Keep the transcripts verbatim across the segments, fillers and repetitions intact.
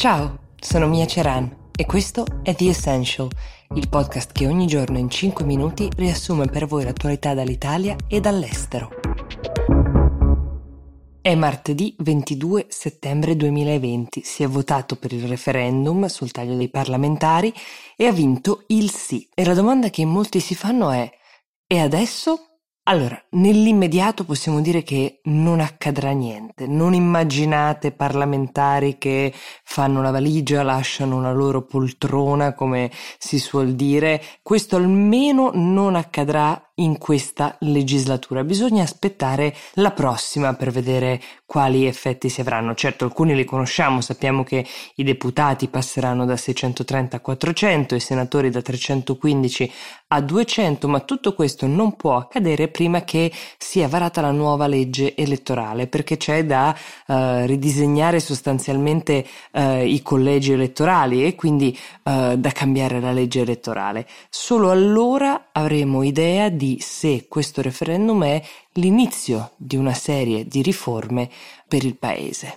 Ciao, sono Mia Ceran e questo è The Essential, il podcast che ogni giorno in cinque minuti riassume per voi l'attualità dall'Italia e dall'estero. È martedì ventidue settembre duemilaventi, si è votato per il referendum sul taglio dei parlamentari e ha vinto il sì. E la domanda che molti si fanno è: e adesso? Allora, nell'immediato possiamo dire che non accadrà niente. Non immaginate parlamentari che fanno la valigia, lasciano la loro poltrona, come si suol dire. Questo almeno non accadrà in questa legislatura. Bisogna aspettare la prossima per vedere quali effetti si avranno. Certo, alcuni li conosciamo, sappiamo che i deputati passeranno da seicentotrenta a quattrocento, i senatori da trecentoquindici a duecento, ma tutto questo non può accadere prima che sia varata la nuova legge elettorale, perché c'è da uh, ridisegnare sostanzialmente uh, i collegi elettorali e quindi uh, da cambiare la legge elettorale. Solo allora avremo idea di di se questo referendum è l'inizio di una serie di riforme per il paese.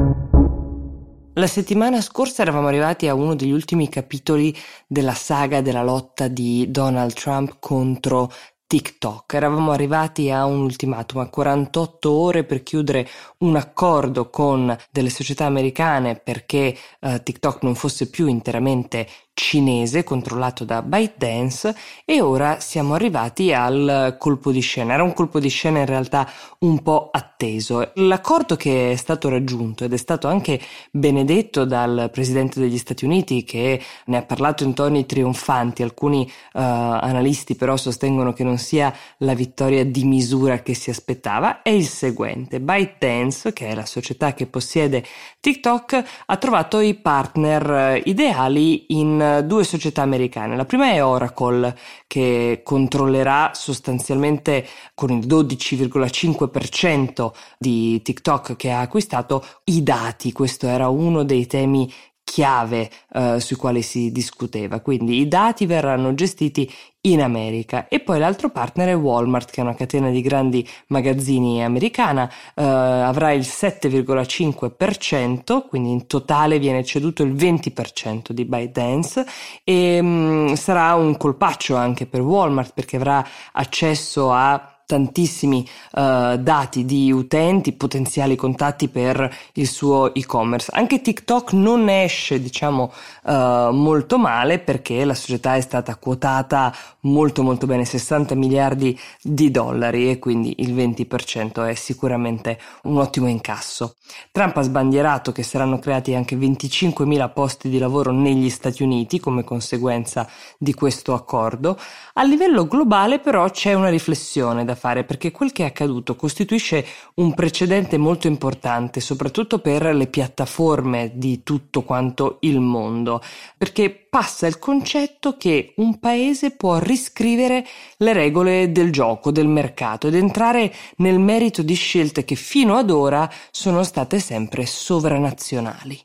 La settimana scorsa eravamo arrivati a uno degli ultimi capitoli della saga della lotta di Donald Trump contro TikTok. Eravamo arrivati a un ultimatum, a quarantotto ore per chiudere un accordo con delle società americane perché uh, TikTok non fosse più interamente cinese, controllato da ByteDance, e ora siamo arrivati al colpo di scena. Era un colpo di scena in realtà un po' atteso. L'accordo che è stato raggiunto, ed è stato anche benedetto dal Presidente degli Stati Uniti, che ne ha parlato in toni trionfanti, alcuni uh, analisti però sostengono che non sia la vittoria di misura che si aspettava, è il seguente: ByteDance, che è la società che possiede TikTok, ha trovato i partner ideali in due società americane. La prima è Oracle, che controllerà sostanzialmente con il dodici virgola cinque per cento di TikTok che ha acquistato i dati. Questo era uno dei temi chiave eh, sui quali si discuteva, quindi i dati verranno gestiti in America. E poi l'altro partner è Walmart, che è una catena di grandi magazzini americana, eh, avrà il sette virgola cinque per cento, quindi in totale viene ceduto il venti per cento di ByteDance, e mh, sarà un colpaccio anche per Walmart, perché avrà accesso a tantissimi uh, dati di utenti, potenziali contatti per il suo e-commerce. Anche TikTok non esce, diciamo, uh, molto male, perché la società è stata quotata molto molto bene, sessanta miliardi di dollari, e quindi il venti per cento è sicuramente un ottimo incasso. Trump ha sbandierato che saranno creati anche venticinquemila posti di lavoro negli Stati Uniti come conseguenza di questo accordo. A livello globale però c'è una riflessione da fare, perché quel che è accaduto costituisce un precedente molto importante, soprattutto per le piattaforme di tutto quanto il mondo, perché passa il concetto che un paese può riscrivere le regole del gioco, del mercato, ed entrare nel merito di scelte che fino ad ora sono state sempre sovranazionali.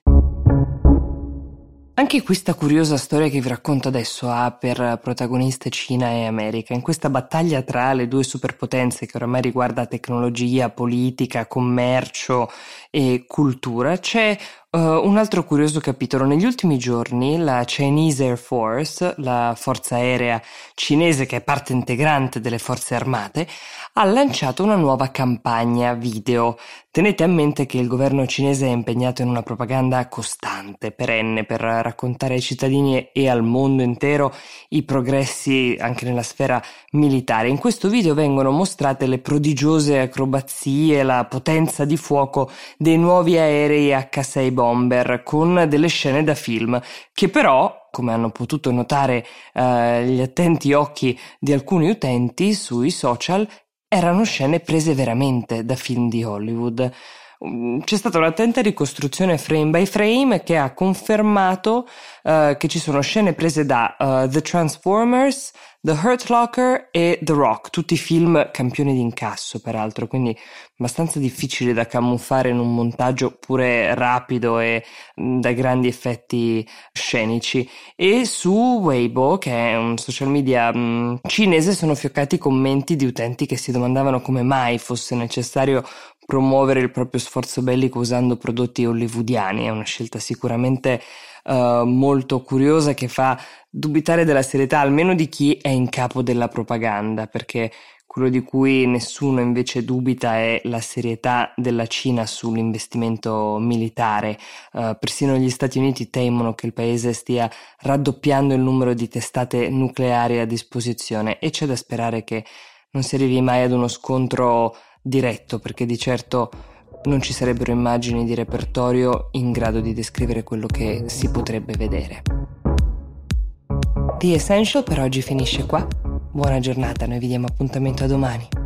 Anche questa curiosa storia che vi racconto adesso ha per protagoniste Cina e America. In questa battaglia tra le due superpotenze, che oramai riguarda tecnologia, politica, commercio e cultura, c'è uh, un altro curioso capitolo. Negli ultimi giorni la Chinese Air Force, la forza aerea cinese che è parte integrante delle forze armate, ha lanciato una nuova campagna video. Tenete a mente che il governo cinese è impegnato in una propaganda costante, perenne, per raccontare ai cittadini e al mondo intero i progressi anche nella sfera militare. In questo video vengono mostrate le prodigiose acrobazie, la potenza di fuoco dei nuovi aerei acca sei Bomber, con delle scene da film, che però, come hanno potuto notare eh, gli attenti occhi di alcuni utenti sui social, erano scene prese veramente da film di Hollywood. C'è stata un'attenta ricostruzione frame by frame che ha confermato uh, che ci sono scene prese da uh, The Transformers, The Hurt Locker e The Rock, tutti film campioni di incasso peraltro, quindi abbastanza difficili da camuffare in un montaggio pure rapido e mh, dai grandi effetti scenici. E su Weibo, che è un social media mh, cinese, sono fioccati commenti di utenti che si domandavano come mai fosse necessario promuovere il proprio sforzo bellico usando prodotti hollywoodiani. È una scelta sicuramente uh, molto curiosa, che fa dubitare della serietà almeno di chi è in capo della propaganda, perché quello di cui nessuno invece dubita è la serietà della Cina sull'investimento militare. Uh, persino gli Stati Uniti temono che il paese stia raddoppiando il numero di testate nucleari a disposizione, e c'è da sperare che non si arrivi mai ad uno scontro diretto, perché di certo non ci sarebbero immagini di repertorio in grado di descrivere quello che si potrebbe vedere. The Essential per oggi finisce qua. Buona giornata, noi vi diamo appuntamento a domani.